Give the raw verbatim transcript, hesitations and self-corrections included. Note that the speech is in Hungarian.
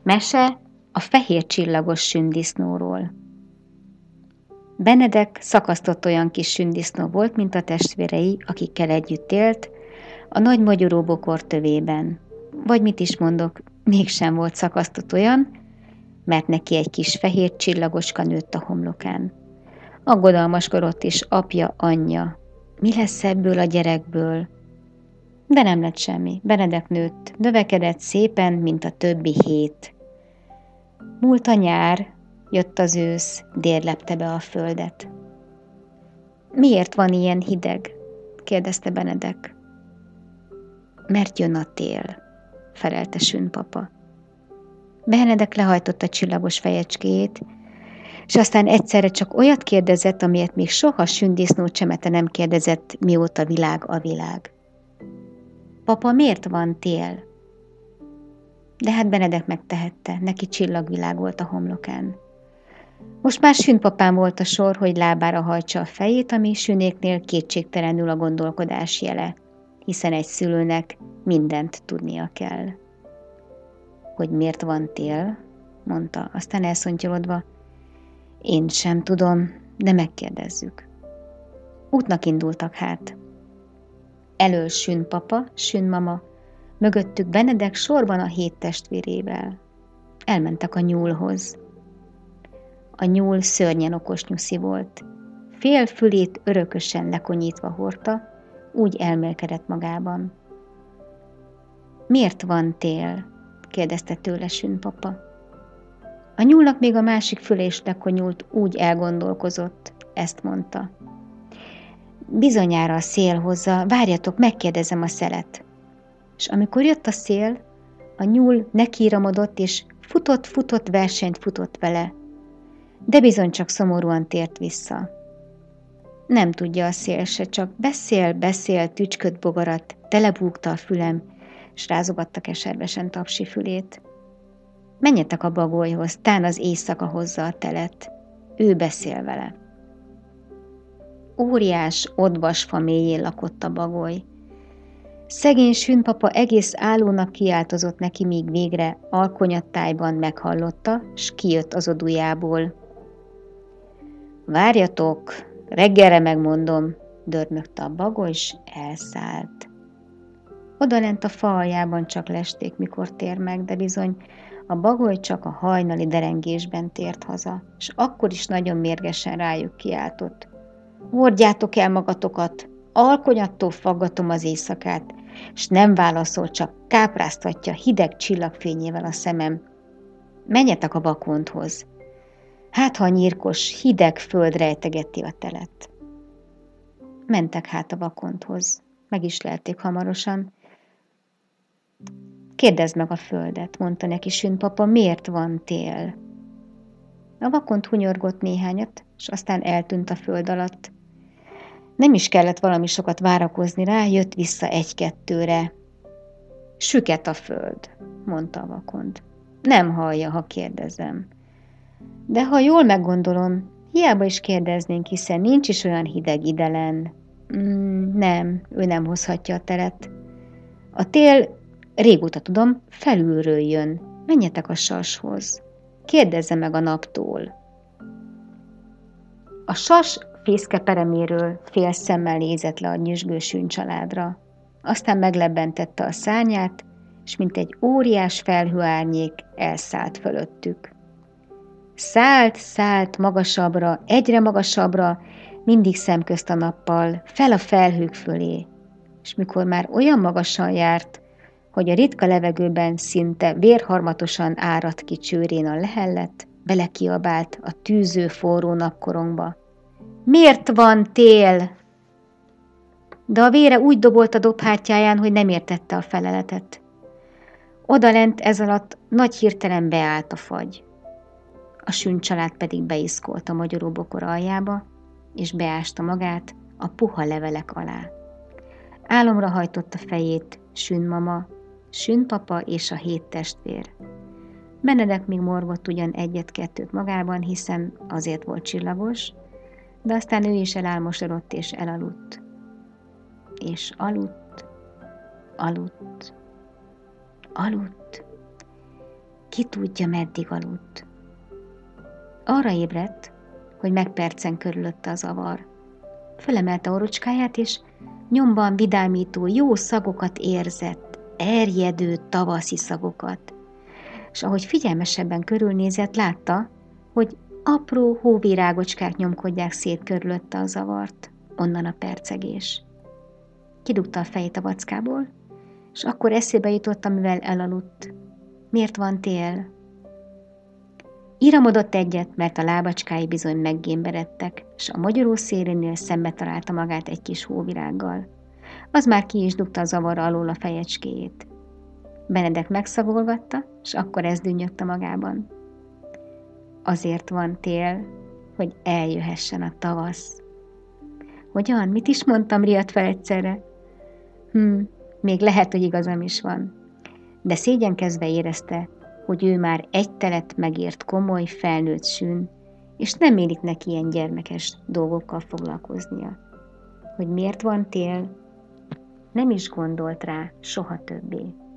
Mese a fehér csillagos sündisznóról. Benedek szakasztott olyan kis sündisznó volt, mint a testvérei, akikkel együtt élt, a nagy magyaró bokor tövében. Vagy mit is mondok, mégsem volt szakasztott olyan, mert neki egy kis fehér csillagoska nőtt a homlokán. Aggodalmaskodott is apja, anyja. Mi lesz ebből a gyerekből? De nem lett semmi. Benedek nőtt, növekedett szépen, mint a többi hét. Múlt a nyár, jött az ősz, dérlepte be a földet. Miért van ilyen hideg? kérdezte Benedek. Mert jön a tél, felelte Sünpapa. Benedek lehajtotta a csillagos fejecskéjét, és aztán egyszerre csak olyat kérdezett, amilyet még soha sündisznó csemete nem kérdezett, mióta világ a világ. Papa, miért van tél? De hát Benedek megtehette, neki csillagvilág volt a homlokán. Most már Sünpapán volt a sor, hogy lábára hajtsa a fejét, ami Sünéknél kétségtelenül a gondolkodás jele, hiszen egy szülőnek mindent tudnia kell. Hogy miért van tél, mondta, aztán elszontyolodva. Én sem tudom, de megkérdezzük. Útnak indultak hát. Elől Sünpapa, Sünmama, mögöttük Benedek sorban a hét testvérével. Elmentek a nyúlhoz. A nyúl szörnyen okos nyuszi volt. Fél fülét örökösen lekonyítva hordta, úgy elmélkedett magában. Miért van tél? kérdezte tőle Sünpapa. A nyúlnak még a másik füle is lekonyult, úgy elgondolkozott, ezt mondta. Bizonyára a szél hozza, várjatok, megkérdezem a szelet. És amikor jött a szél, a nyúl nekiramodott, és futott-futott versenyt futott vele, de bizony csak szomorúan tért vissza. Nem tudja a szél se, csak beszél, beszél, tücsköd bogarat, telebúgta a fülem, s rázogatta keservesen Tapsi fülét. Menjetek a bagolyhoz, tán az éjszaka hozza a telet. Ő beszél vele. Óriás, odvasfa mélyén lakott a bagoly. Szegény Sünpapa egész állónak kiáltozott neki, míg végre alkonyattájban meghallotta, s kijött az odujából. Várjatok, reggelre megmondom, dörmögte a bagoly, s elszállt. Odalent a fa aljában csak lesték, mikor tér meg, de bizony a bagoly csak a hajnali derengésben tért haza, és akkor is nagyon mérgesen rájuk kiáltott. Hordjátok el magatokat, alkonyattól faggatom az éjszakát, s nem válaszol, csak kápráztatja hideg csillagfényével a szemem. Menjetek a vakonthoz. Hát, ha a nyírkos, hideg föld rejtegeti a telet. Mentek hát a vakonthoz. Meg is lelték hamarosan. Kérdezd meg a földet, mondta neki Sünpapa, miért van tél? A vakont hunyorgott néhányat, és aztán eltűnt a föld alatt. Nem is kellett valami sokat várakozni rá, jött vissza egy-kettőre. Süket a föld, mondta a vakond. Nem hallja, ha kérdezem. De ha jól meggondolom, hiába is kérdeznénk, hiszen nincs is olyan hideg idelen. Mm, nem, ő nem hozhatja a telet. A tél, régóta tudom, felülről jön. Menjetek a sashoz. Kérdezze meg a naptól. A sas fészke pereméről fél szemmel nézett le a nyüzsgő Sün-családra. Aztán meglebbentette a szárnyát, és mint egy óriás felhőárnyék elszállt fölöttük. Szállt, szállt magasabbra, egyre magasabbra, mindig szemközt a nappal, fel a felhők fölé, és mikor már olyan magasan járt, hogy a ritka levegőben szinte vérharmatosan áradt ki csőrén a lehellet, belekiabált a tűző forró napkorongba. Miért van tél? De a vére úgy dobolt a dobhártyáján, hogy nem értette a feleletet. Odalent ez alatt nagy hirtelen beállt a fagy. A Sün-család pedig beiszolt a magyaró bokor aljába, és beásta magát a puha levelek alá. Álomra hajtotta fejét Sün-mama, Sün-papa és a hét testvér. Benedek még morgott ugyan egyet-kettőt magában, hiszen azért volt csillagos, de aztán ő is elálmosodott és elaludt. És aludt, aludt, aludt. ki tudja, meddig aludt. Arra ébredt, hogy megpercen körülötte a zavar. Fölemelte orucskáját, és nyomban vidámító jó szagokat érzett, erjedő tavaszi szagokat. És ahogy figyelmesebben körülnézett, látta, hogy apró hóvirágocskák nyomkodják szét körülötte a zavart, onnan a percegés. Kidugta a fejét a vackából, és akkor eszébe jutott, amivel elaludt. Miért van tél? Iramodott egyet, mert a lábacskái bizony meggémberedtek, s a mogyoró szélénél szembe találta magát egy kis hóvirággal. Az már ki is dugta a zavarra alól a fejecskéjét. Benedek megszagolgatta, s akkor ez dünnyögte magában. Azért van tél, hogy eljöhessen a tavasz. Hogyan? Mit is mondtam, riadt fel egyszerre? Hm, még lehet, hogy igazam is van. De szégyenkezve érezte, hogy ő már egy telet megért komoly, felnőtt sűn, és nem élik neki ilyen gyermekes dolgokkal foglalkoznia. Hogy miért van tél, nem is gondolt rá soha többé.